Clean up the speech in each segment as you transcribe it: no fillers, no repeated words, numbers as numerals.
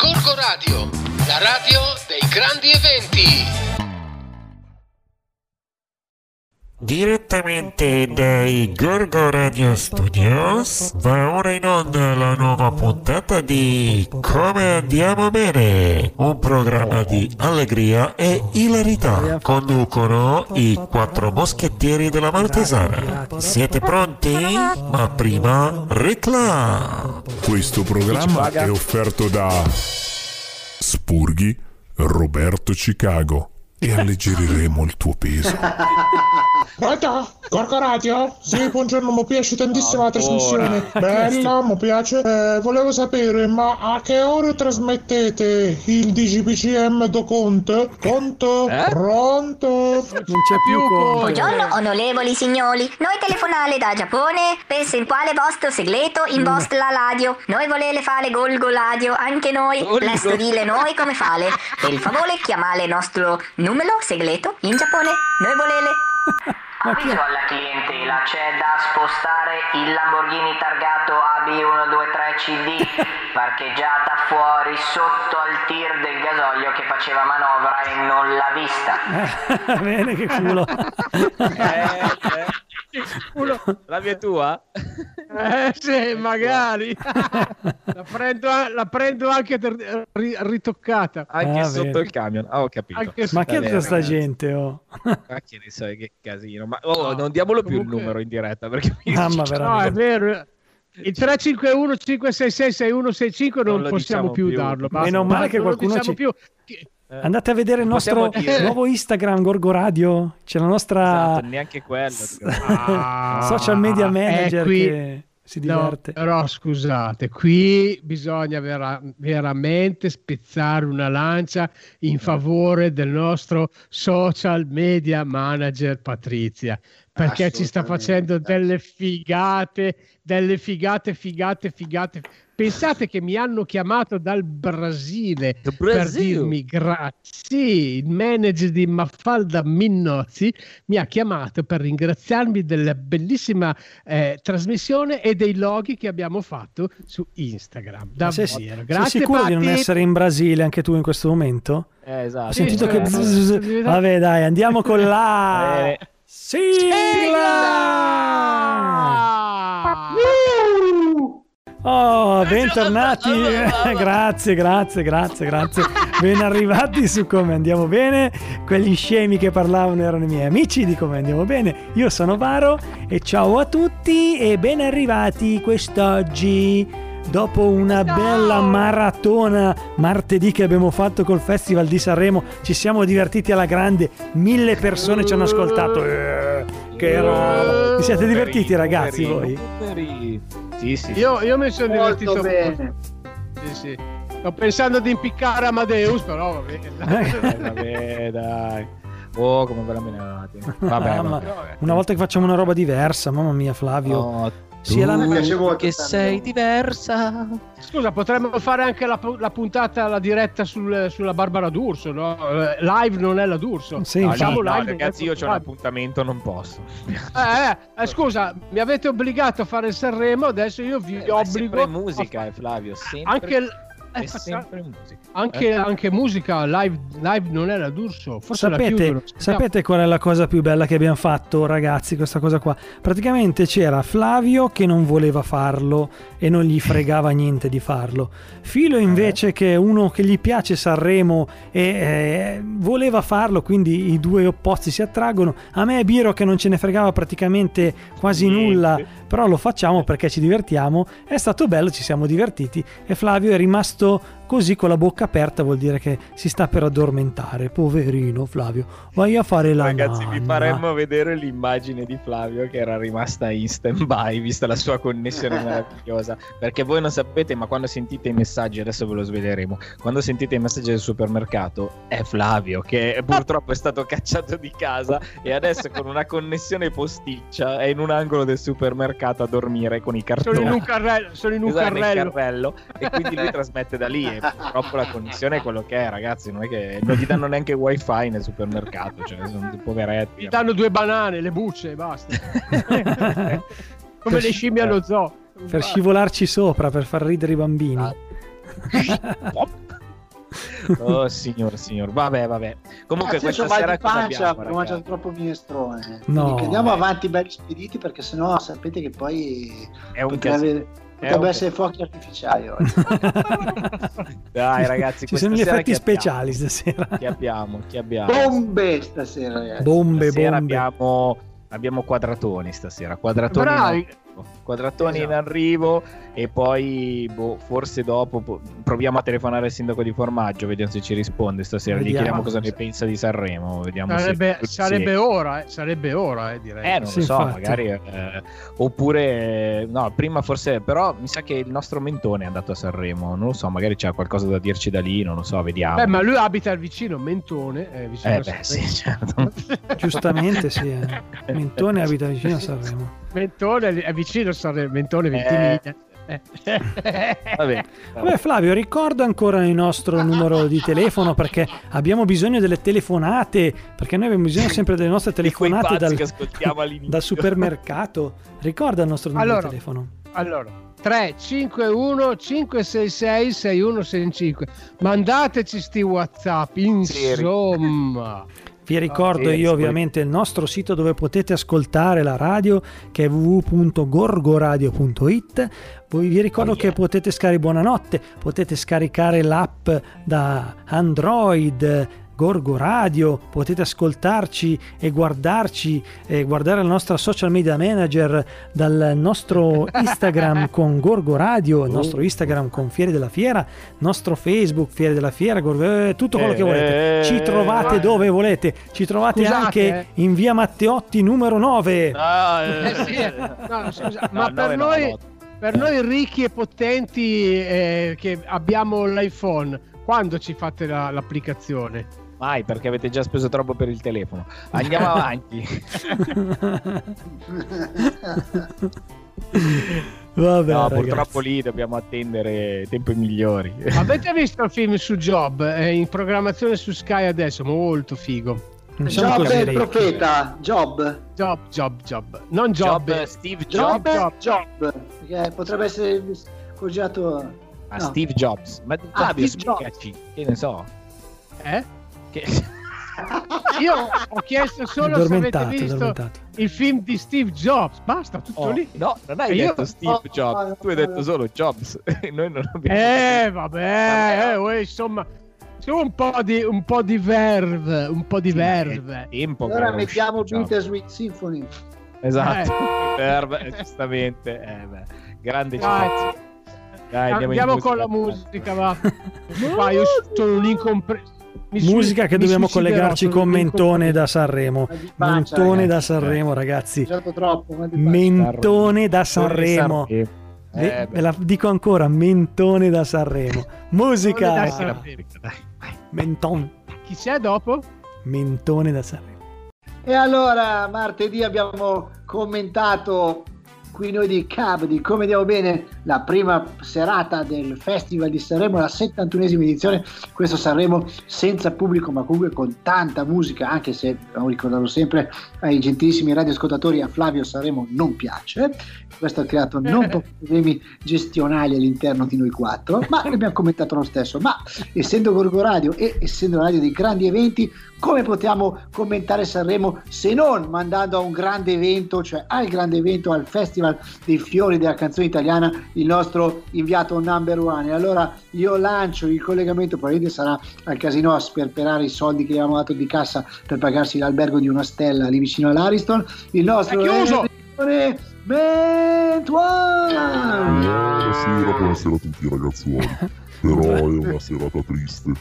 Gorgo Radio, la radio dei grandi eventi. Direttamente dai Gorgo Radio Studios va ora in onda la nuova puntata di Come Andiamo Bene, un programma di allegria e ilarità. Conducono i 4 moschettieri della Maltesana. Siete pronti? Ma prima reclama. Questo programma è offerto da Spurghi, Roberto Chicago, e alleggeriremo il tuo peso. Pronto? Gorgo Radio? Sì, buongiorno, mi piace tantissimo la trasmissione. Bella, mi piace. Volevo sapere, ma a che ora trasmettete il DGPCM do Conte? Conto? Pronto? Non c'è più Conte. Buongiorno onorevoli signori, noi telefonale da Giappone per sensuale vostro segreto in vostra radio. Noi volele fare Gorgo Radio, anche noi, lesto dire noi come fare. Per favore chiamare il nostro numero segreto in Giappone, noi volele. Avviso alla clientela, c'è da spostare il Lamborghini targato AB123CD parcheggiata fuori sotto al tir del gasolio che faceva manovra e non l'ha vista. Bene, che culo. La mia è tua? Sì, magari. La prendo anche ritoccata. Anche sotto il camion. Ho capito. Ma che è sta gente, oh? Ma che ne so, che casino. Ma non diamolo più il numero in diretta perché mamma, no, è vero. Il 351 566 6165 non possiamo più darlo. Meno male che qualcuno ci... Andate a vedere il nostro nuovo Instagram Gorgo Radio. C'è la nostra neanche quello social media manager qui... che si diverte. No, però scusate, qui bisogna veramente spezzare una lancia in favore del nostro social media manager Patrizia, perché ci sta facendo delle figate. Pensate che mi hanno chiamato dal Brasile per dirmi grazie. Sì, il manager di Mafalda Minnozzi mi ha chiamato per ringraziarmi della bellissima trasmissione e dei loghi che abbiamo fatto su Instagram. Davvero. Sei Grazie, sicuro Patti. di non essere in Brasile anche tu in questo momento? Esatto. Ho sentito che... Vabbè dai, andiamo con la... Oh, bentornati, grazie. Ben arrivati su Come Andiamo Bene. Quegli scemi che parlavano erano i miei amici di Come Andiamo Bene. Io sono Varo e ciao a tutti e ben arrivati quest'oggi. Dopo una bella maratona martedì che abbiamo fatto col Festival di Sanremo, ci siamo divertiti alla grande, 1000 persone ci hanno ascoltato. Che roba! Vi siete divertiti ragazzi voi? Sì. Io mi sono divertito bene. Sì. Sto pensando di impiccare Amadeus, però va bene. Vabbè, dai. Oh, come ve la menate. Vabbè. Una volta che facciamo una roba diversa, mamma mia Flavio. Sì, che sei diversa. Scusa, potremmo fare anche la puntata, la diretta sulla Barbara D'Urso, no? Live non è la D'Urso. Sì, live, ragazzi, io c'ho un appuntamento, non posso. Scusa, mi avete obbligato a fare il Sanremo, adesso io vi obbligo. Sempre musica, Flavio, sempre. È sempre musica. Anche musica live non è la D'Urso. Forse sapete qual è la cosa più bella che abbiamo fatto, ragazzi? Questa cosa qua. Praticamente c'era Flavio che non voleva farlo e non gli fregava niente di farlo. Filo invece che è uno che gli piace Sanremo e voleva farlo, quindi i due opposti si attraggono. A me e Biro che non ce ne fregava praticamente quasi nulla, però lo facciamo perché ci divertiamo. È stato bello, ci siamo divertiti e Flavio è rimasto così con la bocca aperta, vuol dire che si sta per addormentare. Poverino Flavio, vai a fare la ragazzi nanna. Vi faremmo vedere l'immagine di Flavio che era rimasta in stand by vista la sua connessione meravigliosa, perché voi non sapete, ma quando sentite i messaggi, adesso ve lo sveleremo, quando sentite i messaggi del supermercato è Flavio che purtroppo è stato cacciato di casa e adesso con una connessione posticcia è in un angolo del supermercato a dormire con i cartoni. Sono in un carrello e quindi lui trasmette da lì e purtroppo la connessione è quello che è, ragazzi, non è che non gli danno neanche wifi nel supermercato, cioè sono dei poveretti. Gli danno 2 banane, le bucce e basta. Come le scimmie allo zoo. Per scivolarci sopra, per far ridere i bambini. Oh signor. Vabbè. Comunque questa sera ho mangiato troppo minestrone. No. Quindi andiamo avanti belli spediti, perché sennò sapete che poi è un potrebbe essere fuochi artificiali oggi. Dai ragazzi, ci sono gli effetti speciali stasera. Chi abbiamo? Bombe stasera, ragazzi. Bombe. Abbiamo quadratoni stasera. Quadratoni esatto. in arrivo. E poi forse dopo proviamo a telefonare al sindaco di Formaggio, vediamo se ci risponde stasera. Gli chiediamo cosa ne pensa di Sanremo. Vediamo sarebbe ora, direi. Non lo so, infatti. Magari oppure no, prima forse, però mi sa che il nostro Mentone è andato a Sanremo, non lo so, magari c'ha qualcosa da dirci da lì, non lo so, vediamo. Ma lui abita vicino Mentone, vicino sì, certo. Giustamente sì, Mentone abita vicino a Sanremo. Mentone è vicino a Sanremo, Mentone 20 miglia. Vabbè, Flavio, ricorda ancora il nostro numero di telefono, perché abbiamo bisogno delle telefonate, perché noi abbiamo bisogno sempre delle nostre telefonate dal supermercato. Ricorda il nostro numero di telefono. Allora 351 566 6165. Mandateci sti WhatsApp, insomma. Vi ricordo io ovviamente il nostro sito dove potete ascoltare la radio, che è www.gorgoradio.it. Vi ricordo che potete buonanotte, potete scaricare l'app da Android, Gorgo Radio, potete ascoltarci e guardarci e guardare la nostra social media manager dal nostro Instagram con Gorgo Radio, il nostro Instagram con Fieri della Fiera, nostro Facebook Fieri della Fiera, tutto quello che volete. Ci trovate dove volete, ci trovate anche in via Matteotti numero 9. Ma per noi ricchi e potenti che abbiamo l'iPhone, quando ci fate l'applicazione? Mai, perché avete già speso troppo per il telefono. Andiamo avanti. Vabbè, no, ragazzi. purtroppo lì dobbiamo attendere tempi migliori. Avete visto il film su Job? È in programmazione su Sky adesso, molto figo. Job è il profeta. Job. Non Job. Steve Jobs. Job. Perché potrebbe essere cogitato Steve Jobs. Ma Fabio, spiegaci, che ne so. Io ho chiesto solo se avete visto il film di Steve Jobs. Basta, tutto lì. No, non hai detto Steve Jobs, tu hai detto solo Jobs. Noi non abbiamo vabbè. Insomma, un po' di verve. Allora mettiamo Bittersweet Symphony. Esatto. Verve, giustamente. Grande citazione. Dai, andiamo con la musica, va. Io sono un incompreso. Musica che dobbiamo collegarci con Mentone da Sanremo. Mentone da Sanremo, ragazzi. Mentone da Sanremo. Ve la dico ancora, Mentone da Sanremo. Musica. Mentone. Chi c'è dopo? Mentone da Sanremo. E allora martedì abbiamo commentato qui noi di Cab di Come Andiamo Bene la prima serata del Festival di Sanremo, la 71esima edizione. Questo Sanremo senza pubblico, ma comunque con tanta musica, anche se dobbiamo ricordarlo sempre ai gentilissimi radioascoltatori, a Flavio Sanremo non piace. Questo ha creato non pochi problemi gestionali all'interno di noi quattro, ma l'abbiamo commentato lo stesso. Ma essendo Gorgo Radio e essendo la radio dei grandi eventi, come possiamo commentare Sanremo se non mandando a un grande evento, cioè al grande evento, al Festival dei Fiori della canzone italiana, il nostro inviato number one. E allora io lancio il collegamento, probabilmente sarà al Casino a sperperare i soldi che gli avevamo dato di cassa per pagarsi l'albergo di una stella lì vicino all'Ariston. Il nostro Buonasera a tutti ragazzuoli. Però è una serata triste.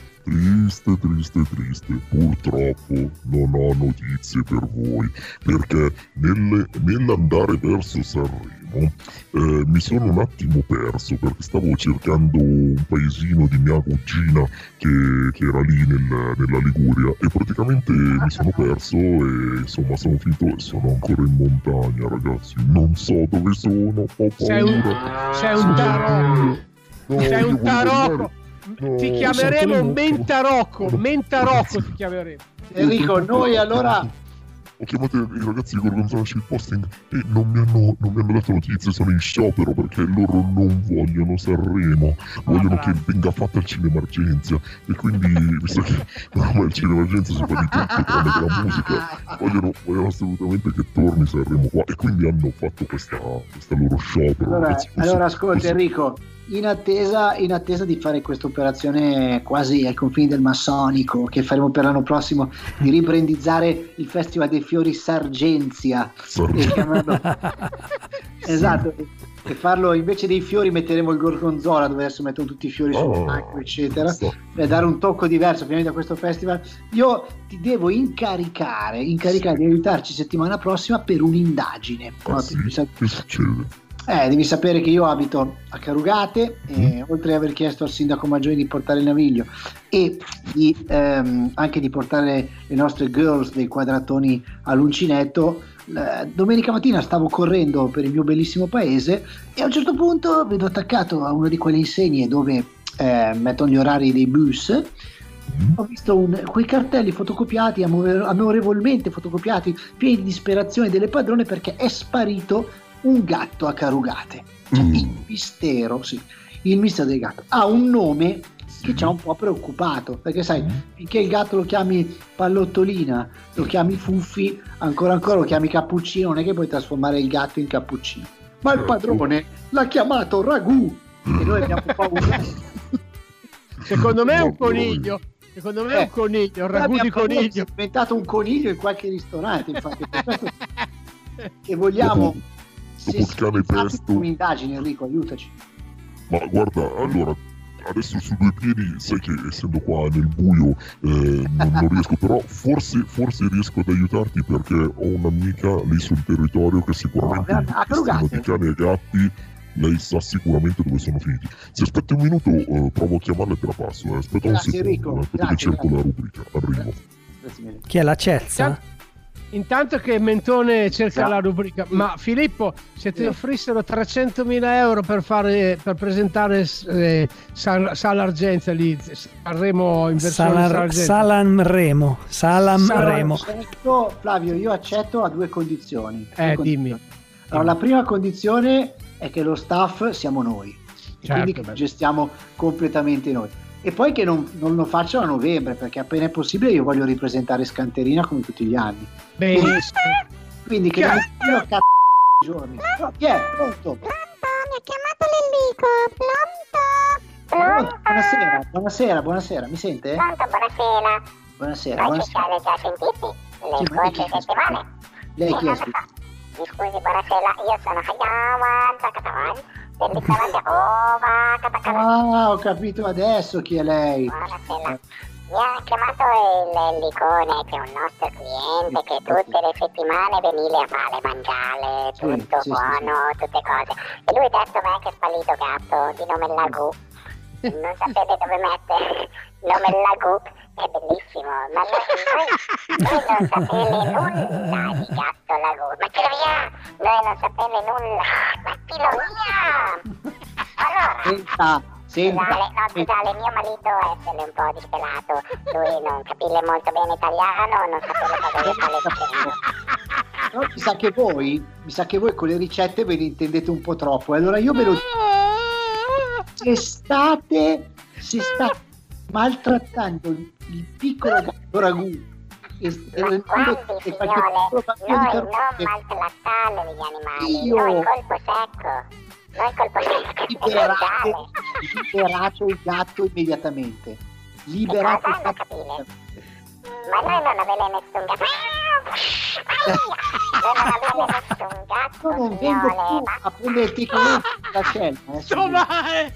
Purtroppo non ho notizie per voi, perché nell'andare verso Sanremo mi sono un attimo perso, perché stavo cercando un paesino di mia cugina che era lì nella Liguria, e praticamente mi sono perso e insomma sono ancora in montagna, ragazzi. Non so dove sono, ho paura. Sei un tarocco. Sei un tarocco. Ti chiameremo Mentarocco ti chiameremo. Enrico, noi allora ho chiamato i ragazzi di Gorgonzola Shitposting e non mi hanno dato notizie, sono in sciopero perché loro non vogliono Sanremo, vogliono che venga fatta il cinema Argenzia, e quindi visto che ormai il cinema Argenzia si fa di tutto tranne che la musica, vogliono assolutamente che torni Sanremo qua, e quindi hanno fatto questa loro sciopero. Allora ascolta Enrico, in attesa di fare questa operazione quasi ai confini del massonico che faremo per l'anno prossimo, di ribrandizzare il Festival dei Fiori Sargenzia e chiamarlo esatto, e farlo invece dei fiori metteremo il gorgonzola, dove adesso mettono tutti i fiori sul pacco eccetera, per dare un tocco diverso ovviamente a questo festival. Io ti devo incaricare di aiutarci settimana prossima per un'indagine. Che succede? Devi sapere che io abito a Carugate e oltre ad aver chiesto al sindaco Maggioni di portare il naviglio e anche di portare le nostre girls dei quadratoni all'uncinetto, domenica mattina stavo correndo per il mio bellissimo paese e a un certo punto vedo attaccato a una di quelle insegne dove mettono gli orari dei bus. Ho visto quei cartelli fotocopiati, amorevolmente fotocopiati, pieni di disperazione delle padrone perché è sparito un gatto a Carugate. Cioè, il mistero del gatto ha un nome che ci ha un po' preoccupato, perché sai, finché il gatto lo chiami pallottolina, lo chiami Fuffi, ancora lo chiami cappuccino, non è che puoi trasformare il gatto in cappuccino. Ma il padrone l'ha chiamato Ragù e noi abbiamo paura. Secondo me è un coniglio. Secondo me è un coniglio, un ragù di coniglio. È diventato un coniglio in qualche ristorante, infatti, per questo che vogliamo. Dopo cane pesto. Un'indagine, Enrico, aiutaci. Ma guarda, allora, adesso su due piedi, sai che essendo qua nel buio non riesco, però forse riesco ad aiutarti perché ho un'amica lì sul territorio che sicuramente di cani e gatti lei sa sicuramente dove sono finiti. Se aspetti un minuto provo a chiamarla e te la passo. Aspetta un secondo, aspetta che cerco la rubrica, arrivo. Chi è la Cezza? Intanto che Mentone cerca la rubrica, ma Filippo, se ti offrissero 300.000 euro per presentare Sala Argenzia lì, Sanremo in versione Salamremo. Flavio, io accetto a due condizioni. Dimmi. Allora, la prima condizione è che lo staff siamo noi, quindi che gestiamo completamente noi. E poi che non lo faccio a novembre, perché appena è possibile io voglio ripresentare Scanterina come tutti gli anni. Benissimo. Quindi che non io cazzo i giorni. No, chi è? Pronto? Mi ha chiamato l'Enrico. Pronto? Buonasera, mi sente? Pronto, buonasera. Ma ci siamo già sentiti le scorse settimane. Lei chi è? Mi scusi, buonasera, io sono Hayawan Takatawan. Ho capito adesso chi è lei. Buonasera. Mi ha chiamato il Licone, che è un nostro cliente che tutte le settimane veniva a fare mangiare, tutto buono, tutte cose. E lui ha detto me che è spallito gatto di nome Lagù. Non sapete dove mettere il nome Lagù, è bellissimo, ma noi non sapete nulla di gatto Lagù. Ma tira via, noi non sapete nulla, ma tira via. Allora, scusate, mio marito essere un po' disperato, lui non capire molto bene italiano, non sapere cosa gli sta dicendo. No, mi sa che voi con le ricette ve ne intendete un po' troppo, allora io ve lo dico. Se state maltrattando il piccolo gatto Ragù ma guardi signore, noi non maltrattare gli animali, noi colpo secco. Liberato il gatto immediatamente. Liberato il gatto. Ma noi non avete nessun gatto. Io non vengo più a prendere il ticolo da scelta. Sto male.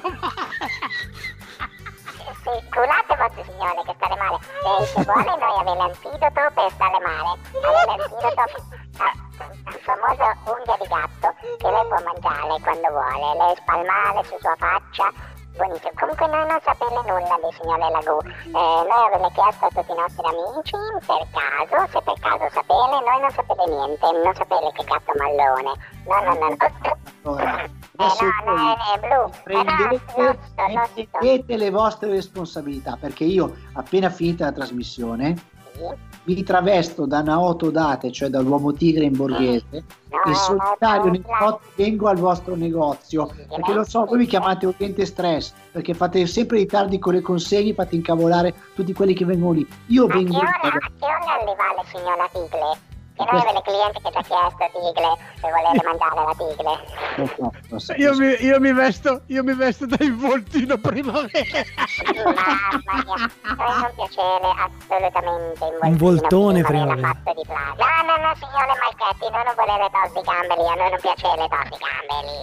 Sì, curate vostro signore che stare male. Se vuole noi avete l'antidoto per stare male. Avete l'antidoto al famoso unghia di gatto che lei può mangiare quando vuole, lei spalmare su sua faccia. Buonissimo. Comunque noi non sapete nulla del signore Lagù. Noi avete chiesto a tutti i nostri amici se per caso sapete, noi non sapete niente, non sapete che gatto mallone. No. È blu. Prendete le vostre responsabilità, perché io appena finita la trasmissione mi travesto da Naoto Date, cioè dall'uomo tigre in borghese, e solitario nel notte vengo al vostro negozio, perché lo so, voi mi chiamate Oriente Stress, perché fate sempre ritardi con le consegne, fate incavolare tutti quelli che vengono lì. Io vengo... A che ora le vale, signora Tigle? Che noi avete clienti che ci ha chiesto Tigle, se volete mangiare la Tigle. Io mi vesto da involtino primavera. Mamma mia, noi non piacere assolutamente un voltone primavera. Fatto di Flavio. No, signore Marchetti, noi non volete torti gambeli, a noi non piacere torti gambeli,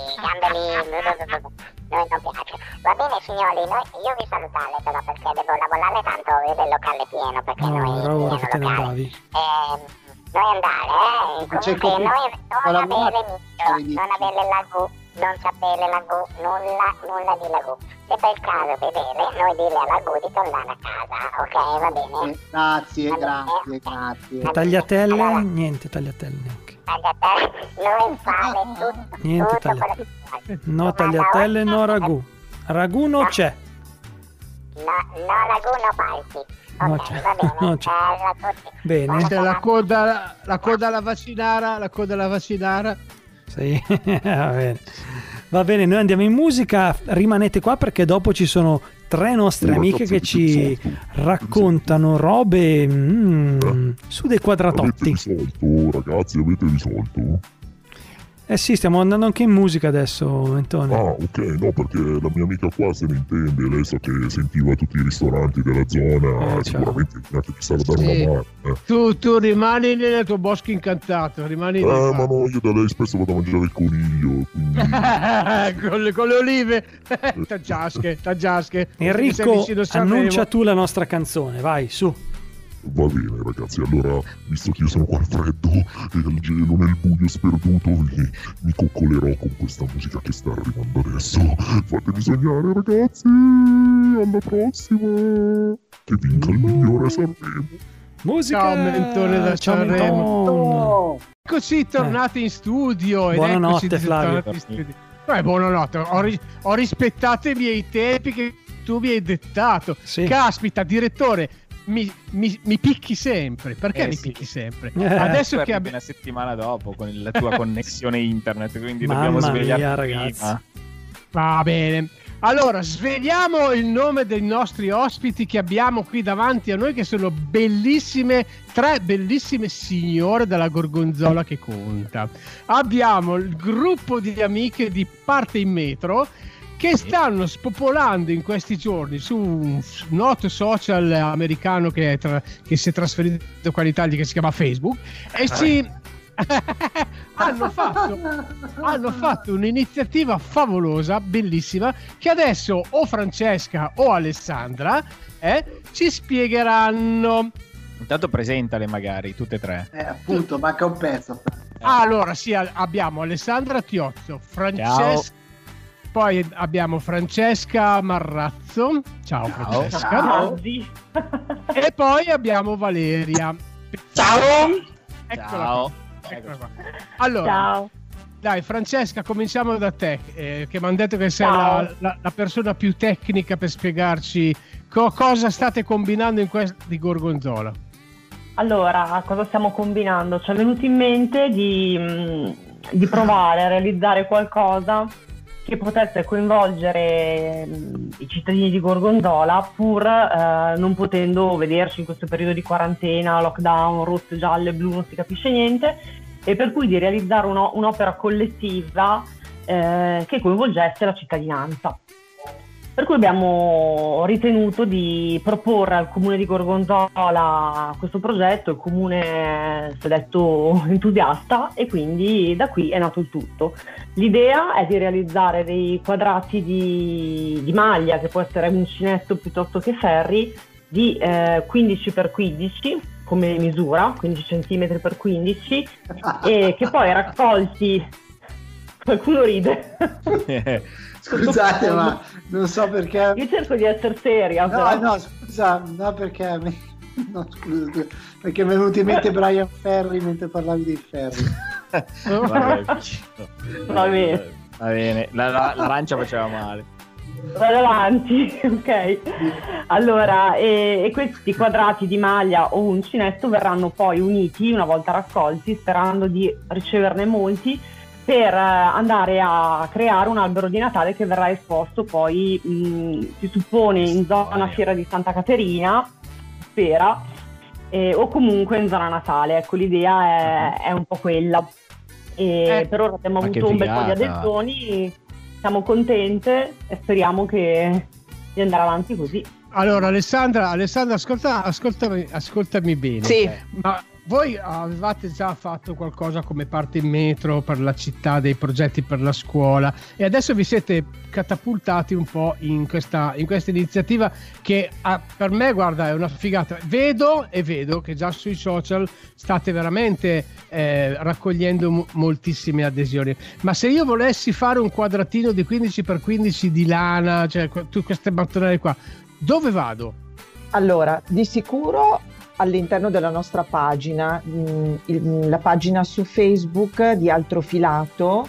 noi non piace. Va bene signori, io vi salutare però perché devo lavorare tanto, vedo il locale pieno, perché ora che te ne andavi. Noi andare, comunque non avere lagù, non sapere lagù, nulla di lagù. Se per il caso vedere, noi dire a lagù di tornare a casa, ok? Va bene? Grazie. Tagliatelle? Allora, niente tagliatelle neanche. Noi fare tutto. Niente tagliatelle. No tagliatelle, no ragù. Ragù non c'è. No ragù, no palti. No, Okay, va bene. No, bene. La coda alla vaccinara. Sì, va bene, noi andiamo in musica, rimanete qua perché dopo ci sono 3 nostre amiche che ci raccontano robe su dei quadratotti. Avete risolto, ragazzi, avete risolto? Eh sì, stiamo andando anche in musica adesso, Antonio. Ah, ok, no, perché la mia amica qua se ne intende, lei sa che sentiva tutti i ristoranti della zona, sicuramente neanche ti sarà dare una mano. Tu rimani nel tuo bosco incantato, ma no, io da lei spesso vado a mangiare il coniglio, quindi... con le olive, taggiasche. Enrico, annuncia tu la nostra canzone, vai, su. Va bene ragazzi, allora visto che io sono qua al freddo e al gelo nel buio sperduto mi coccolerò con questa musica che sta arrivando adesso. Fatemi sognare ragazzi, alla prossima, che vinca il migliore Sanremo. Musica! Ciao Mentone da Sanremo. Eccoci tornati in studio. Buonanotte Flavio. Buonanotte, ho rispettato i miei tempi che tu mi hai dettato. Sì. Caspita, direttore, mi picchi sempre. Perché mi picchi sempre? Adesso che una settimana dopo con la tua connessione internet, quindi Mamma dobbiamo svegliarci mia, ragazzi. Va bene. Allora, sveliamo il nome dei nostri ospiti che abbiamo qui davanti a noi, che sono bellissime, 3 bellissime signore della Gorgonzola che conta. Abbiamo il gruppo di amiche di Parte in Metro, che stanno spopolando in questi giorni su un noto social americano che si è trasferito qua in Italia, che si chiama Facebook, e hanno fatto un'iniziativa favolosa, bellissima, che adesso o Francesca o Alessandra ci spiegheranno. Intanto presentale magari, tutte e 3. Appunto, manca un pezzo. Allora, sì, abbiamo Alessandra Tiozzo, Francesca. Poi abbiamo Francesca Marrazzo. Ciao Francesca. Ciao. E poi abbiamo Valeria. Ciao. Eccola qua. Allora, ciao. Dai Francesca, cominciamo da te, che mi hanno detto che sei la persona più tecnica per spiegarci cosa state combinando in di Gorgonzola. Allora, cosa stiamo combinando? Ci è venuto in mente di provare a realizzare qualcosa che potesse coinvolgere i cittadini di Gorgonzola, pur non potendo vederci in questo periodo di quarantena, lockdown, rosse, gialle, blu, non si capisce niente, e per cui di realizzare un'opera collettiva che coinvolgesse la cittadinanza. Per cui abbiamo ritenuto di proporre al comune di Gorgonzola questo progetto. Il comune si è detto entusiasta e quindi da qui è nato il tutto. L'idea è di realizzare dei quadrati di maglia, che può essere uncinetto piuttosto che ferri, di 15x15 come misura, 15 cm x 15, e che poi raccolti... Qualcuno ride. Scusate, ma non so perché. Io cerco di essere seria. No, scusa, no, perché scusa, perché mi è venuto in mente Brian Ferry mentre parlavi dei ferri. Va bene. Va bene. L'arancia faceva male. Vado avanti, ok. Allora, e questi quadrati di maglia o uncinetto verranno poi uniti una volta raccolti, sperando di riceverne molti, per andare a creare un albero di Natale che verrà esposto poi, si suppone, in zona Fiera di Santa Caterina, spera, o comunque in zona Natale. Ecco, l'idea è un po' quella. Per ora abbiamo avuto un bel po' di adesioni, siamo contente e speriamo di andare avanti così. Allora Alessandra, ascoltami bene. Sì. Ma voi avevate già fatto qualcosa come parte in metro per la città, dei progetti per la scuola, e adesso vi siete catapultati un po' in questa iniziativa che per me, guarda, è una figata. Vedo che già sui social state veramente raccogliendo moltissime adesioni. Ma se io volessi fare un quadratino di 15x15 di lana, cioè queste mattonelle qua, dove vado? Allora, di sicuro all'interno della nostra pagina, la pagina su Facebook di Altrofilato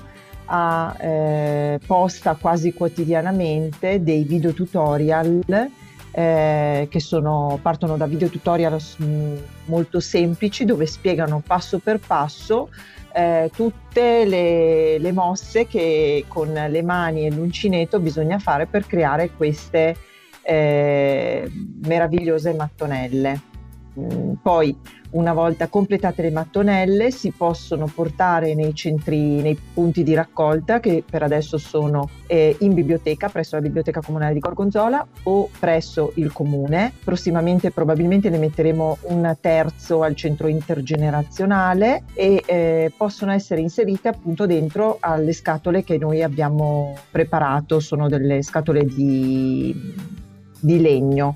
posta quasi quotidianamente dei video tutorial che partono da video tutorial molto semplici, dove spiegano passo per passo tutte le mosse che con le mani e l'uncinetto bisogna fare per creare queste meravigliose mattonelle. Poi, una volta completate le mattonelle, si possono portare nei punti di raccolta, che per adesso sono in biblioteca, presso la Biblioteca Comunale di Gorgonzola o presso il Comune. Prossimamente probabilmente ne metteremo un terzo al centro intergenerazionale, e possono essere inserite appunto dentro alle scatole che noi abbiamo preparato. Sono delle scatole di legno.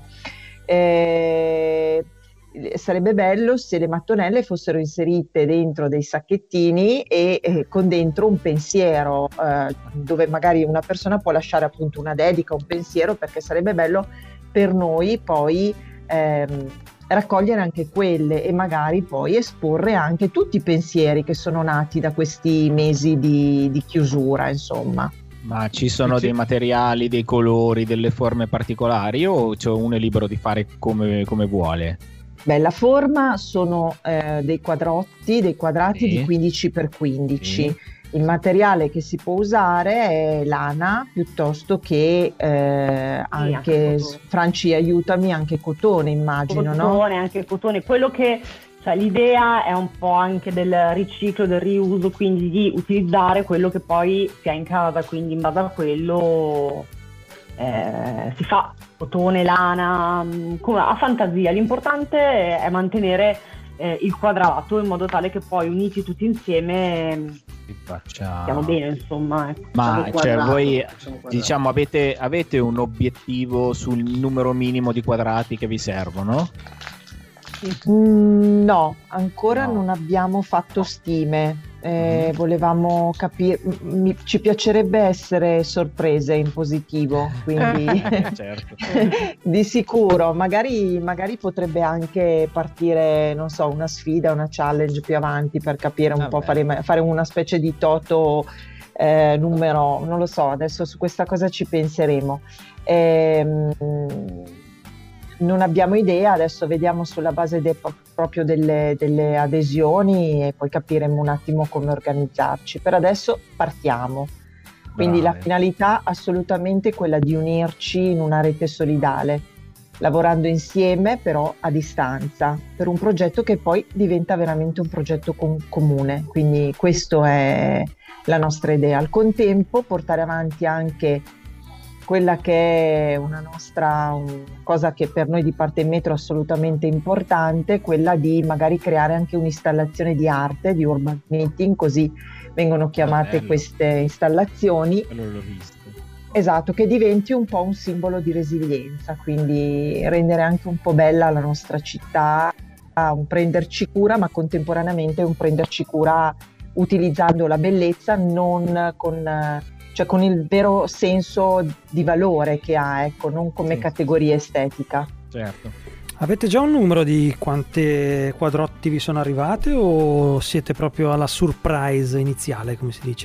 Sarebbe bello se le mattonelle fossero inserite dentro dei sacchettini e con dentro un pensiero, dove magari una persona può lasciare appunto una dedica, un pensiero, perché sarebbe bello per noi poi raccogliere anche quelle e magari poi esporre anche tutti i pensieri che sono nati da questi mesi di chiusura, insomma. Ma ci sono dei materiali, dei colori, delle forme particolari, o uno è libero di fare come vuole? Beh, la forma sono dei quadrati di 15x15. Sì. Il materiale che si può usare è lana, piuttosto che anche Franci, aiutami, anche cotone, immagino, cotone, no? Anche cotone. Quello che, cioè, l'idea è un po' anche del riciclo, del riuso, quindi di utilizzare quello che poi si ha in casa, quindi in base a quello si fa cotone, lana, a fantasia. L'importante è mantenere il quadrato, in modo tale che poi uniti tutti insieme stiamo bene, insomma. Ma cioè, voi diciamo avete un obiettivo sul numero minimo di quadrati che vi servono? No, ancora non abbiamo fatto stime. Volevamo capire, ci piacerebbe essere sorprese in positivo, quindi certo. Di sicuro magari potrebbe anche partire, non so, una sfida, una challenge più avanti, per capire un po', fare una specie di toto numero, non lo so, adesso su questa cosa ci penseremo. Non abbiamo idea, adesso vediamo sulla base proprio delle adesioni, e poi capiremo un attimo come organizzarci. Per adesso partiamo, quindi la finalità assolutamente è quella di unirci in una rete solidale, lavorando insieme però a distanza, per un progetto che poi diventa veramente un progetto comune. Quindi questa è la nostra idea. Al contempo portare avanti anche quella che è una cosa che per noi di Parte in Metro è assolutamente importante, quella di magari creare anche un'installazione di arte, di urban knitting, così vengono chiamate queste installazioni. L'ho visto. Esatto, che diventi un po' un simbolo di resilienza, quindi rendere anche un po' bella la nostra città, un prenderci cura, ma contemporaneamente un prenderci cura utilizzando la bellezza non con il vero senso di valore che ha, ecco, non come categoria estetica. Certo. Avete già un numero di quante quadrotti vi sono arrivate, o siete proprio alla surprise iniziale, come si dice?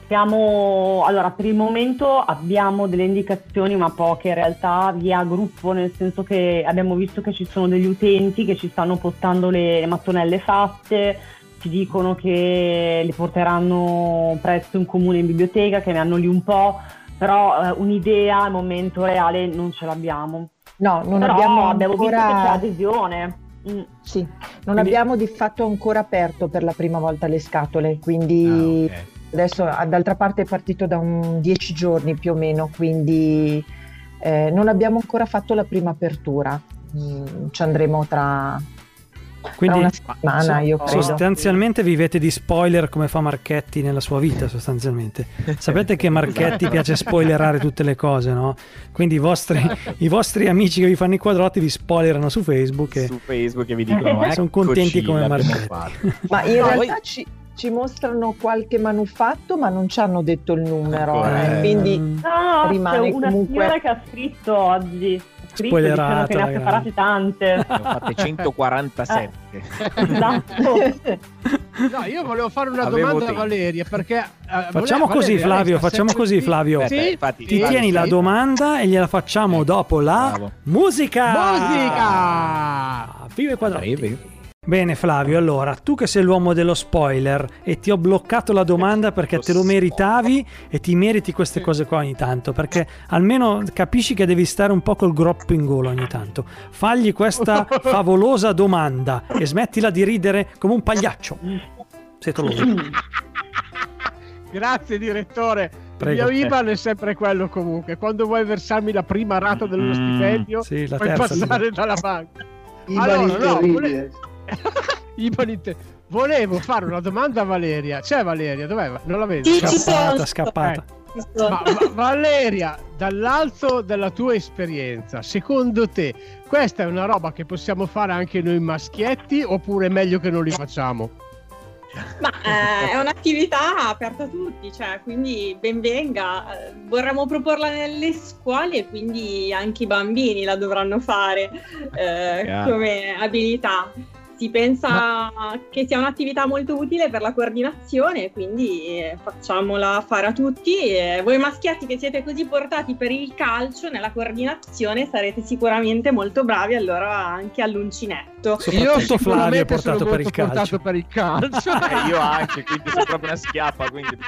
Allora, per il momento abbiamo delle indicazioni, ma poche in realtà, via gruppo, nel senso che abbiamo visto che ci sono degli utenti che ci stanno postando le mattonelle fatte, ci dicono che le porteranno presto in comune in biblioteca, che ne hanno lì un po', però un'idea al momento reale non ce l'abbiamo. No, abbiamo visto che c'è adesione. Sì, non abbiamo di fatto ancora aperto per la prima volta le scatole, quindi adesso d'altra parte è partito da 10 giorni più o meno, quindi non abbiamo ancora fatto la prima apertura. Ci andremo tra una settimana, io credo. Sostanzialmente vivete di spoiler come fa Marchetti nella sua vita, sostanzialmente. Sapete che Marchetti piace spoilerare tutte le cose, no? Quindi i vostri amici che vi fanno i quadrotti vi spoilerano su Facebook e vi dicono sono contenti come Marchetti. Ma in realtà ci mostrano qualche manufatto, ma non ci hanno detto il numero, quindi rimane c'è una signora che ha scritto oggi. Spoilerata, che ne ha preparate tante. Ne ho fatte 147. Esatto. No, io volevo fare una domanda a Valeria, perché facciamo così, Flavio, Flavio. Sì? Ti tieni la domanda e gliela facciamo dopo la musica. Viva i quadrotti. Bene Flavio, allora, tu che sei l'uomo dello spoiler e ti ho bloccato la domanda perché te lo meritavi e ti meriti queste cose qua ogni tanto, perché almeno capisci che devi stare un po' col groppo in gola ogni tanto. Fagli questa favolosa domanda e smettila di ridere come un pagliaccio. Sei toloso. Grazie direttore. Prego. Il mio IBAN è sempre quello comunque. Quando vuoi versarmi la prima rata dello stipendio, sì, puoi passare dalla banca. Volevo fare una domanda a Valeria. C'è Valeria? Dov'è? Non la vedo. Scappata. Ma Valeria, dall'alto della tua esperienza, secondo te questa è una roba che possiamo fare anche noi maschietti oppure è meglio che non li facciamo? Ma è un'attività aperta a tutti, cioè, quindi ben venga. Vorremmo proporla nelle scuole, quindi anche i bambini la dovranno fare come abilità. Si pensa che sia un'attività molto utile per la coordinazione, quindi facciamola fare a tutti. Voi maschietti che siete così portati per il calcio, nella coordinazione sarete sicuramente molto bravi, allora anche all'uncinetto. Soprattutto Flavio è portato per il calcio. Io anche, quindi sono proprio una schiappa. Quindi...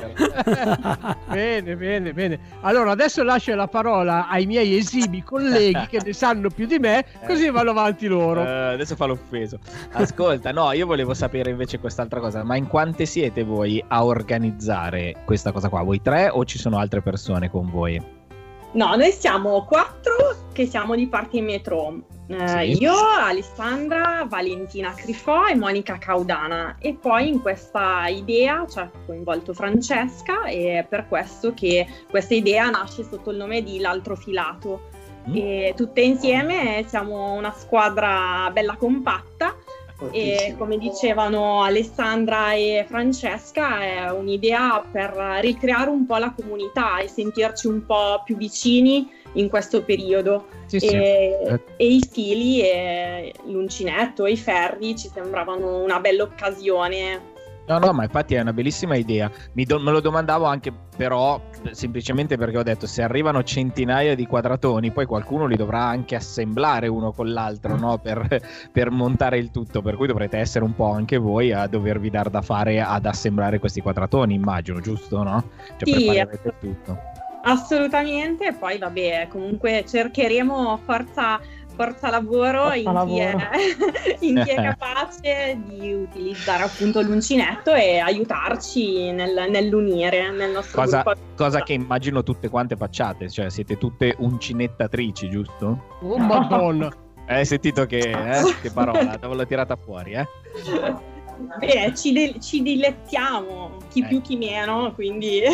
Bene. Allora adesso lascio la parola ai miei esimi colleghi che ne sanno più di me, così vanno avanti loro. Adesso fa l'offeso. Ascolta, no, io volevo sapere invece quest'altra cosa, ma in quante siete voi a organizzare questa cosa qua? Voi 3 o ci sono altre persone con voi? No, noi siamo 4 che siamo di parte in metro. Sì. Io, Alessandra, Valentina Crifò e Monica Caudana, e poi in questa idea ci ha coinvolto Francesca, e è per questo che questa idea nasce sotto il nome di L'Altro Filato. E tutte insieme siamo una squadra bella compatta e, come dicevano Alessandra e Francesca, è un'idea per ricreare un po' la comunità e sentirci un po' più vicini in questo periodo. E i fili e l'uncinetto e i ferri ci sembravano una bella occasione. No, ma infatti è una bellissima idea. Me lo domandavo anche, però, semplicemente perché ho detto, se arrivano centinaia di quadratoni, poi qualcuno li dovrà anche assemblare uno con l'altro, no? Per montare il tutto, per cui dovrete essere un po' anche voi a dovervi dar da fare ad assemblare questi quadratoni, immagino, giusto, no? Cioè, sì, preparerete tutto. Assolutamente, poi vabbè, comunque cercheremo forza lavoro in chi è capace di utilizzare appunto l'uncinetto e aiutarci nell'unire nel nostro gruppo. Cosa che immagino tutte quante facciate, cioè siete tutte uncinettatrici, giusto? Oh madonna! Hai sentito che parola, l'ho tirata fuori, Beh, ci dilettiamo, chi più chi meno, quindi...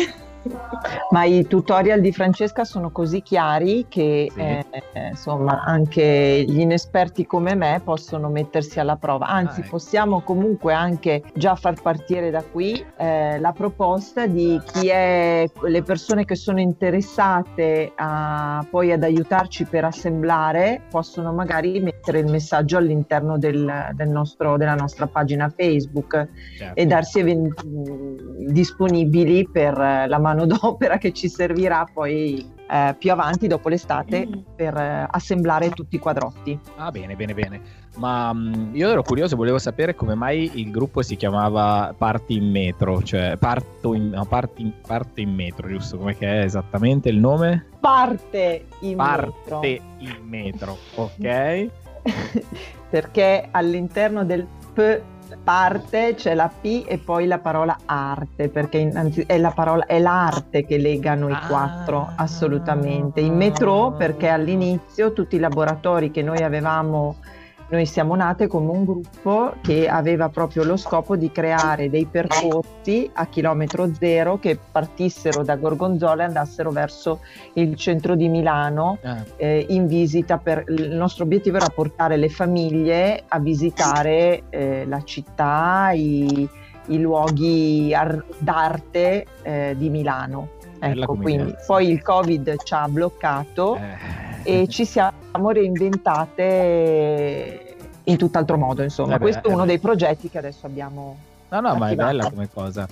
Ma i tutorial di Francesca sono così chiari che insomma anche gli inesperti come me possono mettersi alla prova, anzi possiamo comunque anche già far partire da qui la proposta di chi è, le persone che sono interessate poi ad aiutarci per assemblare possono magari mettere il messaggio all'interno della nostra pagina Facebook, certo, e darsi disponibili per la manodopera che ci servirà poi più avanti dopo l'estate per assemblare tutti i quadrotti. Ah, bene. Ma io ero curioso, volevo sapere come mai il gruppo si chiamava Parti in Metro, cioè parte in metro, giusto? Come che è esattamente il nome? Parte in metro, ok? Perché all'interno del parte c'è la P e poi la parola arte, perché è l'arte che lega noi quattro, assolutamente. In metro perché all'inizio tutti i laboratori che noi avevamo, noi siamo nate come un gruppo che aveva proprio lo scopo di creare dei percorsi a chilometro zero che partissero da Gorgonzola e andassero verso il centro di Milano in visita. Il nostro obiettivo era portare le famiglie a visitare la città, i luoghi d'arte di Milano. Ecco, quindi poi il Covid ci ha bloccato e ci siamo reinventate in tutt'altro modo, insomma. Questo è uno dei progetti che adesso abbiamo attivato. Ma è bella come cosa.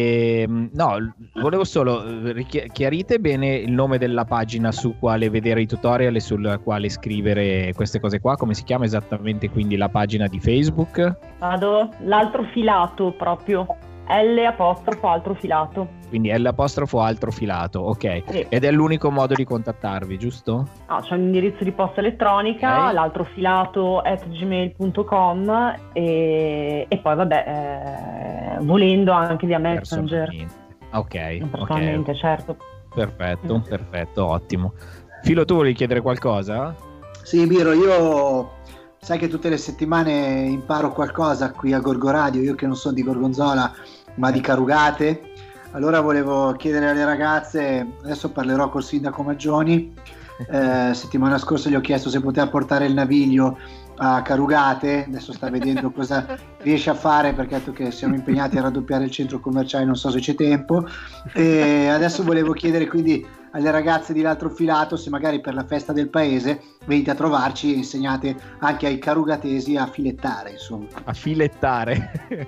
Volevo solo chiarite bene il nome della pagina su quale vedere i tutorial e sul quale scrivere queste cose qua. Come si chiama esattamente quindi la pagina di Facebook? L'altro filato proprio. L''altro filato. Quindi L''altro filato, ok. Sì. Ed è l'unico modo di contattarvi, giusto? C'è un indirizzo di posta elettronica, l'altro filato @gmail.com e poi volendo anche via Messenger. Ok. Personalmente, certo. Perfetto, ottimo. Filo, tu volevi chiedere qualcosa? Sì, Miro, io sai che tutte le settimane imparo qualcosa qui a Gorgoradio, io che non sono di Gorgonzola ma di Carugate. Allora volevo chiedere alle ragazze, adesso parlerò col sindaco Maggioni, settimana scorsa gli ho chiesto se poteva portare il naviglio a Carugate, adesso sta vedendo cosa riesce a fare perché ha detto che siamo impegnati a raddoppiare il centro commerciale, non so se c'è tempo, e adesso volevo chiedere quindi alle ragazze di l'altro filato se magari per la festa del paese venite a trovarci e insegnate anche ai carugatesi a filettare, insomma. A filettare?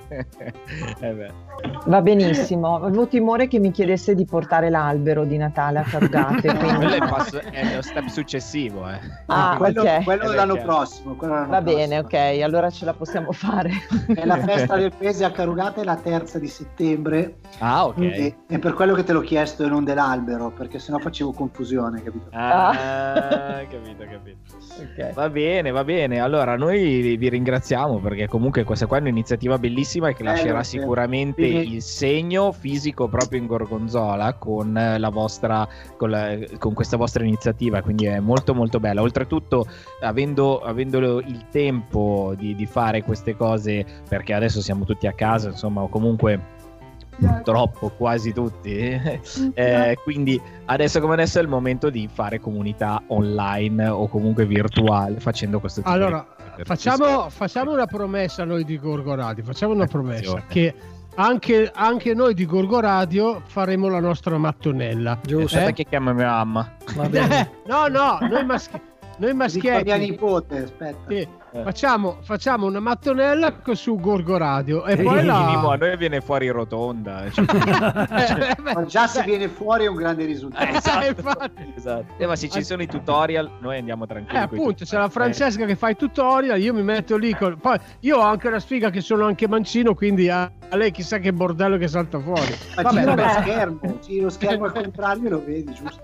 Va benissimo, avevo timore che mi chiedesse di portare l'albero di Natale a Carugate. Quello è lo step successivo. Quello l'anno prossimo. Va bene, ok, allora ce la possiamo fare. È la festa del paese a Carugate, è la 3 di settembre. Ah, ok. È per quello che te l'ho chiesto e non dell'albero, perché sennò facevo confusione, capito? Capito. Okay. Va bene. Allora, noi vi ringraziamo perché comunque questa qua è un'iniziativa bellissima e che lascerà sicuramente il segno fisico proprio in Gorgonzola con questa vostra iniziativa, quindi è molto molto bella. Oltretutto, avendo il tempo di fare queste cose, perché adesso siamo tutti a casa, insomma, o comunque purtroppo quasi tutti, quindi adesso come adesso è il momento di fare comunità online o comunque virtuale facendo questo tipo facciamo una promessa noi di Gorgoradio, che anche noi di Gorgoradio faremo la nostra mattonella, giusto? Perché chiama mia mamma? Va bene. No, noi maschietti, mia nipote, aspetta. Sì. Facciamo una mattonella su Gorgoradio e poi a noi viene fuori rotonda. Ma già se viene fuori è un grande risultato. Esatto. Ma se ci sono i tutorial noi andiamo tranquilli. Appunto, c'è la Francesca che fa i tutorial, io mi metto lì poi io ho anche la sfiga che sono anche mancino, quindi a lei chissà che bordello che salta fuori. Ma giri lo schermo al contrario e lo vedi, giusto?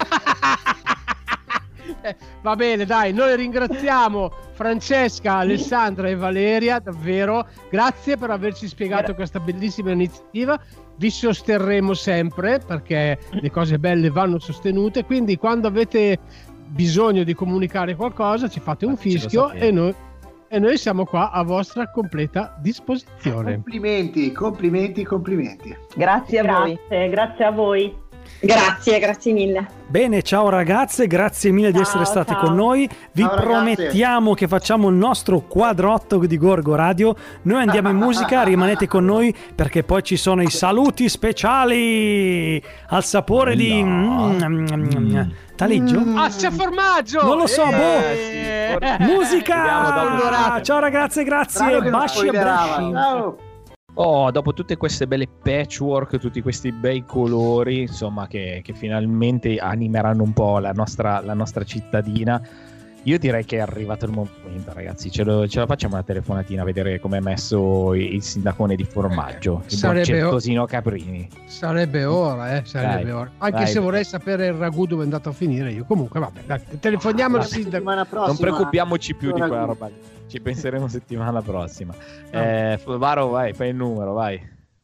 Va bene, dai, noi ringraziamo Francesca, Alessandra e Valeria, davvero grazie per averci spiegato questa bellissima iniziativa. Vi sosterremo sempre perché le cose belle vanno sostenute, quindi quando avete bisogno di comunicare qualcosa ci fate un fischio e noi siamo qua a vostra completa disposizione. Complimenti. Grazie a voi. Grazie a voi. Grazie mille. Bene, ciao ragazze, grazie mille di essere state con noi. Vi Ciao, promettiamo che facciamo il nostro quadrotto di Gorgo Radio. Noi andiamo in musica, rimanete con noi perché poi ci sono i saluti speciali al sapore di taleggio? C'è formaggio! Non lo so, musica! Allora, ciao ragazze, grazie, baci e abbracci. Oh, dopo tutte queste belle patchwork, tutti questi bei colori, insomma, che finalmente animeranno un po' la nostra cittadina, io direi che è arrivato il momento, ragazzi. Ce la facciamo una telefonatina a vedere come è messo il sindacone di formaggio, il buon Certosino Caprini. Sarebbe ora, sarebbe ora. Anche se vorrei sapere il ragù dove è andato a finire io. Comunque, vabbè, dai, telefoniamo al sindaco. Non preoccupiamoci più di quella roba lì. Ci penseremo settimana prossima. Varo, vai, fai il numero, vai.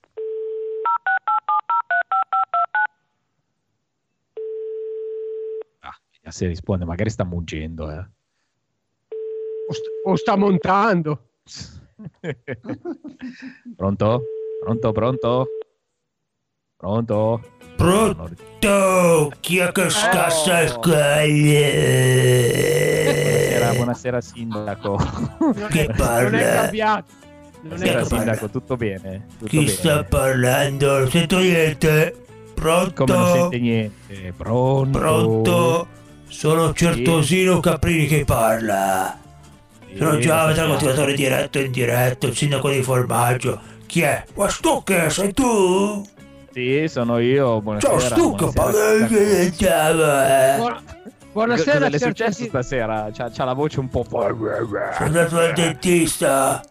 Vediamo se risponde, magari sta muggendo. O sta montando. Pronto? Pronto? Chi è che scassa il Buonasera sindaco. Che parla? Non è cambiato. Buonasera sindaco, tutto bene? Chi sta parlando? Non sento niente. Pronto? Come non sente niente? Pronto? Sono Certosino Caprini che parla. Sono già il motivatore diretto e indiretto, il sindaco di formaggio. Chi è? Ma Stucca, sei tu? Sì, sono io. Buonasera. Ciao Stucca, Buonasera. Cosa le è successo stasera? C'ha la voce un po' forte. Sono andato al dentista.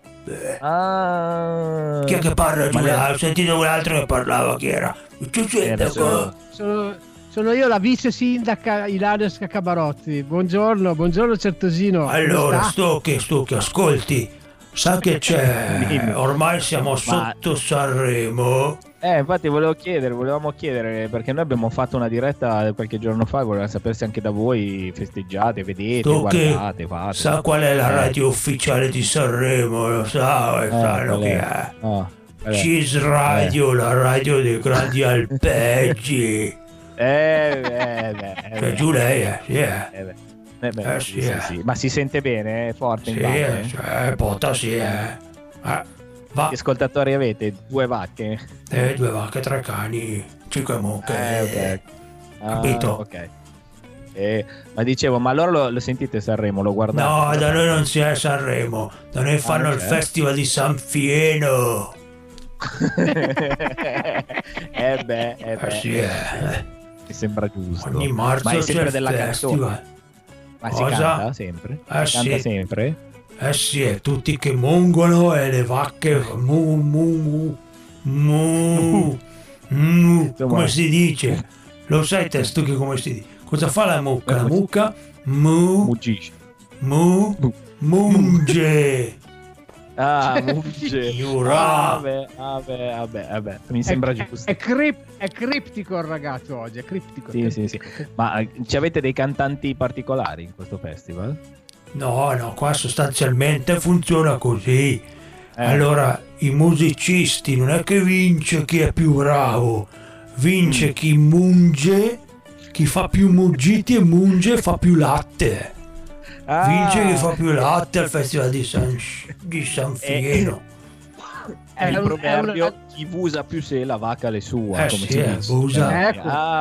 Chi è che parla giù? Ho sentito un altro che parlava, chi era? Il sindaco. Sono io, la vice sindaca Ilaria Scaccabarotti. Buongiorno Certosino. Allora, Stucchi, ascolti. Sa che c'è? Ormai siamo sotto Sanremo. Infatti volevamo chiedere, perché noi abbiamo fatto una diretta qualche giorno fa, volevamo sapere se anche da voi festeggiate, vedete, guardate, fate. Sa qual è la radio ufficiale di Sanremo? Lo sanno che è? Cis Radio, la radio dei grandi alpeggi. Giù lei, sì. Ma si sente bene? Forte in base? Pota sì, Che ascoltatori avete? 2 vacche? 2 vacche, 3 cani, 5 mucche. Capito? Ok. Ma dicevo, ma allora lo sentite Sanremo? Lo guardate? No, da noi non c'è Sanremo, da noi fanno il festival di San Fieno. Mi sembra giusto. Ogni marzo ma è sempre c'è della festival. Ma si canta sempre? Canta sempre? Sì, è tutti che mungono e le vacche come si dice? Lo sai te Stucchi come si dice? Cosa fa la mucca? La mucca muggisce. Munge. Munge. Vabbè, mi sembra giusto. È criptico il ragazzo oggi, è criptico. Sì. Ma ci avete dei cantanti particolari in questo festival? No, qua sostanzialmente funziona così. Allora, i musicisti non è che vince chi è più bravo, vince chi munge, chi fa più muggiti e munge fa più latte. Vince chi fa più latte al festival di San Fieno. È il proverbio chi usa più se la vacca le sua, come si dice. Usa.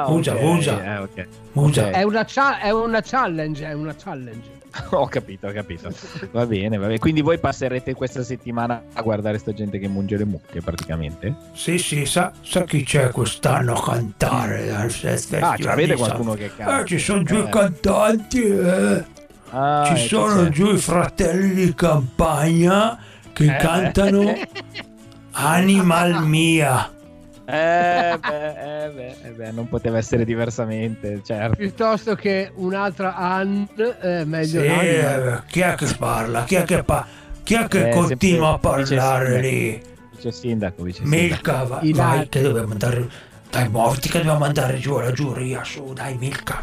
È una challenge. Ho capito. Va bene. Quindi voi passerete questa settimana a guardare sta gente che munge le mucche praticamente? Sì, sa chi c'è quest'anno a cantare al festival? Avete qualcuno che canta? Ci sono giù i cantanti, ci sono giù i fratelli di campagna che cantano Animal Mia. Non poteva essere diversamente, certo. Piuttosto che un'altra meglio. Chi è che parla? Chi è che continua a parlare lì? Vice sindaco. Milka, vai che dobbiamo andare. Dai, muoviti che dobbiamo andare giù alla giuria, su, dai Milka.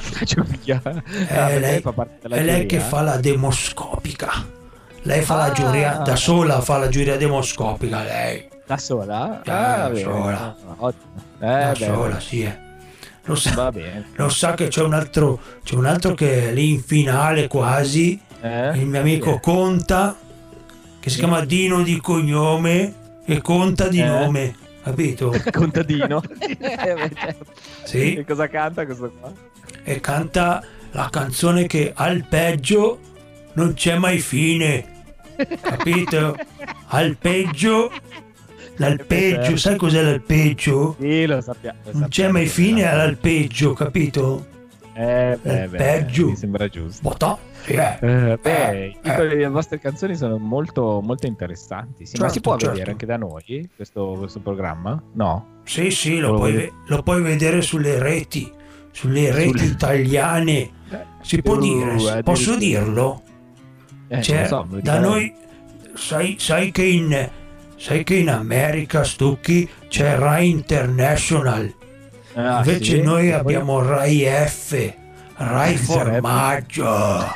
È lei che fa la demoscopica. Lei fa la giuria da sola, fa la giuria demoscopica lei. Da sola? Da sola. Da sola, sì. Va bene. Lo sa che c'è un altro che è lì in finale quasi, il mio amico Conta, che si chiama Dino di cognome e Conta di nome, capito? Contadino. Sì. E cosa canta questo qua? E canta la canzone che al peggio non c'è mai fine, capito? L'alpeggio, sai cos'è l'alpeggio? Sì, lo sappiamo. Non c'è mai fine all'alpeggio, capito? L'alpeggio. Mi sembra giusto. I titoli delle vostre canzoni sono molto, molto interessanti. Sì, ma si può vedere anche da noi questo programma? No? Sì, lo puoi vedere sulle reti italiane. Si può dire? Posso dirlo? Da noi, sai che in America, Stucchi, c'è Rai International. Invece noi abbiamo Rai F, Rai Formaggio.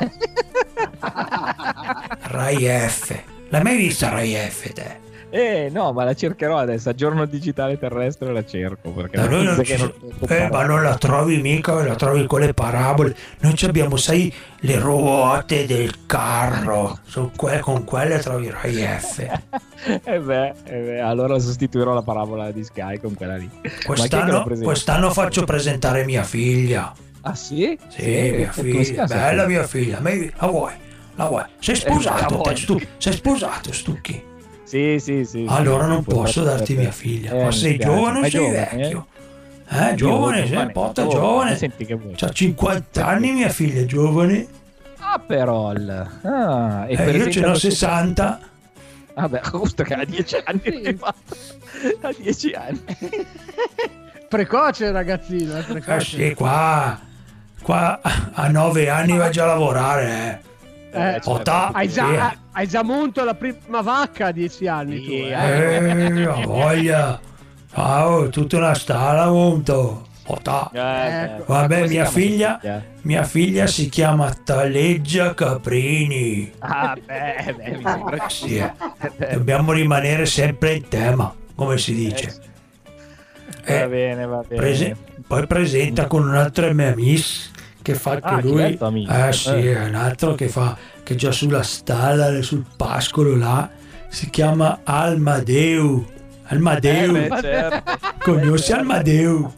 Rai F. L'hai mai vista Rai F te? No, ma la cercherò adesso. A Giorno Digitale Terrestre la cerco. Perché noi ma non la trovi mica, la trovi con le parabole. Noi abbiamo, sai, le ruote del carro. Con quelle trovi Rai F. Allora sostituirò la parabola di Sky con quella lì. Quest'anno faccio presentare mia figlia. Ah sì? Sì, mia figlia. Bella mia figlia. La vuoi? Sei sposato te, sei sposato, Stucchi? Sì. Allora non posso darti mia figlia. Ma sei giovane o sei vecchio? Giovane, sei un po' giovane. Senti che vuoi. C'ha 50 anni mia figlia, è giovane. Però. Io ce n'ho 60. Vabbè, giusto che ha 10 anni. Ha 10 anni. Precoce ragazzino, precoce. Sì, qua a 9 anni va già a lavorare. Hai già munto la prima vacca a 10 anni tu. Ho voglia. Tutta una stalla munto. Vabbè, mia figlia si chiama Taleggia Caprini. Mi sembra sì. Dobbiamo rimanere sempre in tema, come si dice. Va bene. Poi presenta con un'altra mia miss che fa che lui è un altro che è già sulla stalla, sul pascolo là, si chiama Almadeu. Certo. Conosci Almadeu?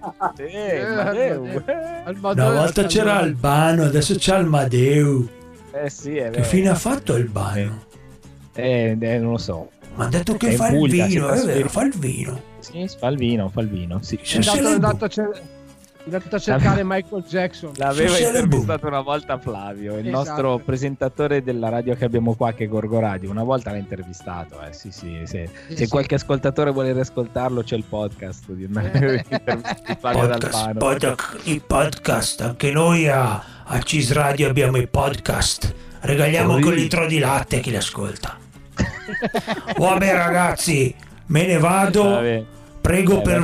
Una volta c'era Albano, adesso c'è Almadeu. Che fine ha fatto Albano? Non lo so. Ma ha detto che fa il vino, è vero, fa il vino. Sì, fa il vino. Sì. È andato a cercare Michael Jackson. L'aveva intervistato una volta Flavio, il nostro presentatore della radio che abbiamo qua, che è Gorgo Radio. Una volta l'ha intervistato. Se qualche ascoltatore vuole riascoltarlo, c'è il podcast di Flavio D'Alpano. I podcast, anche noi a Cis Radio abbiamo i podcast. Regaliamo con litro di latte a chi li ascolta. Vabbè ragazzi, me ne vado. Prego per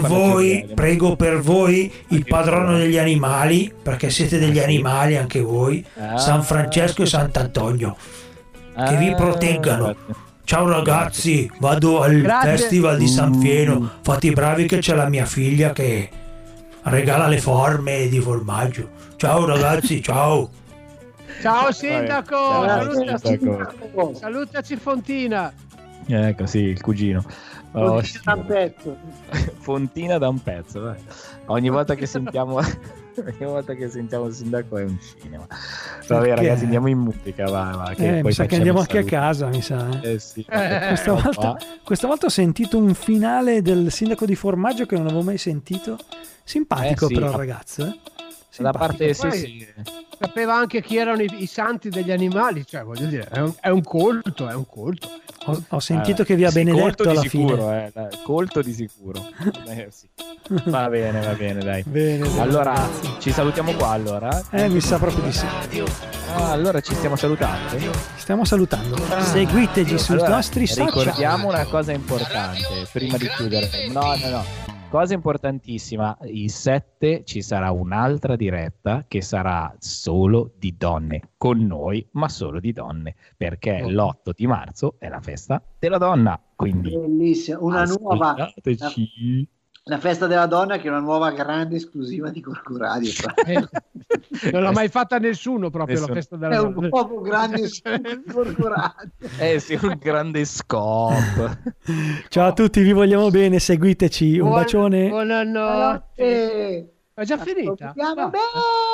voi il padrono degli animali, perché siete degli animali anche voi, San Francesco e Sant'Antonio, che vi proteggano. Ciao ragazzi, vado al Festival di San Fieno, fate i bravi che c'è la mia figlia che regala le forme di formaggio. Ciao ragazzi, ciao. Ciao sindaco, salutaci Fontina. Ecco, sì, il cugino. Da un pezzo. Fontina da un pezzo, vai. Ogni volta che sentiamo il sindaco è un cinema. Vabbè ragazzi, andiamo in musica, va, che mi sa che andiamo anche a casa, mi sa. Sì. Questa volta ho sentito un finale del sindaco di Formaggio che non avevo mai sentito. Simpatico però il ragazzo, da parte sì. Sapeva anche chi erano i santi degli animali, cioè voglio dire, è un colto. Ho sentito che vi ha benedetto alla fine. Colto di sicuro. Sì. Va bene, dai. Bene, allora, grazie. Ci salutiamo qua allora? Mi sa proprio di sì. Allora ci stiamo salutando. Stiamo salutando. Seguiteci sui nostri social. Ricordiamo una cosa importante prima di chiudere. No. Cosa importantissima, il 7 ci sarà un'altra diretta che sarà solo di donne, con noi, ma solo di donne, perché l'8 di marzo è la festa della donna, quindi bellissima, una nuova La festa della donna, che è una nuova grande esclusiva di Gorgo Radio. Non l'ha mai fatta nessuno proprio la festa della donna. È un po' grande Gorgo Radio. Sì, un grande scoop. Ciao a tutti, vi vogliamo bene, seguiteci, un bacione. Buonanotte. È già finita? Andiamo bene.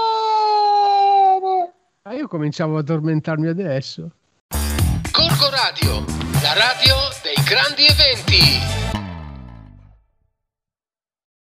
Io cominciavo ad addormentarmi adesso. Gorgo Radio, la radio dei grandi eventi.